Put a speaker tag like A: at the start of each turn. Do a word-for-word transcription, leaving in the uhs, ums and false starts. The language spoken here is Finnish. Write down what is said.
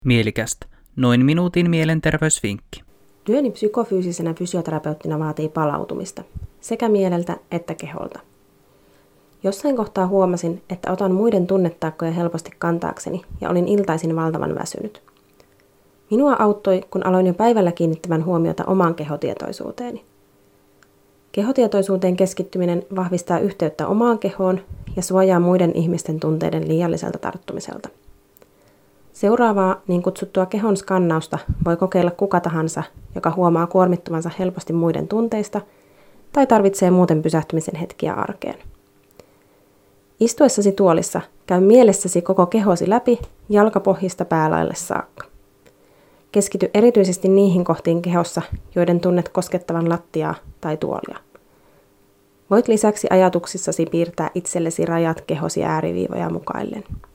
A: Mielikästä. Noin minuutin mielenterveysvinkki.
B: Työni psykofyysisenä fysioterapeuttina vaatii palautumista, sekä mieleltä että keholta. Jossain kohtaa huomasin, että otan muiden tunnetaakkoja helposti kantaakseni ja olin iltaisin valtavan väsynyt. Minua auttoi, kun aloin jo päivällä kiinnittämään huomiota omaan kehotietoisuuteeni. Kehotietoisuuteen keskittyminen vahvistaa yhteyttä omaan kehoon ja suojaa muiden ihmisten tunteiden liialliselta tarttumiselta. Seuraavaa niin kutsuttua kehon skannausta voi kokeilla kuka tahansa, joka huomaa kuormittuvansa helposti muiden tunteista tai tarvitsee muuten pysähtymisen hetkiä arkeen. Istuessasi tuolissa käy mielessäsi koko kehosi läpi jalkapohjista päälaille saakka. Keskity erityisesti niihin kohtiin kehossa, joiden tunnet koskettavan lattiaa tai tuolia. Voit lisäksi ajatuksissasi piirtää itsellesi rajat kehosi ääriviivoja mukaillen.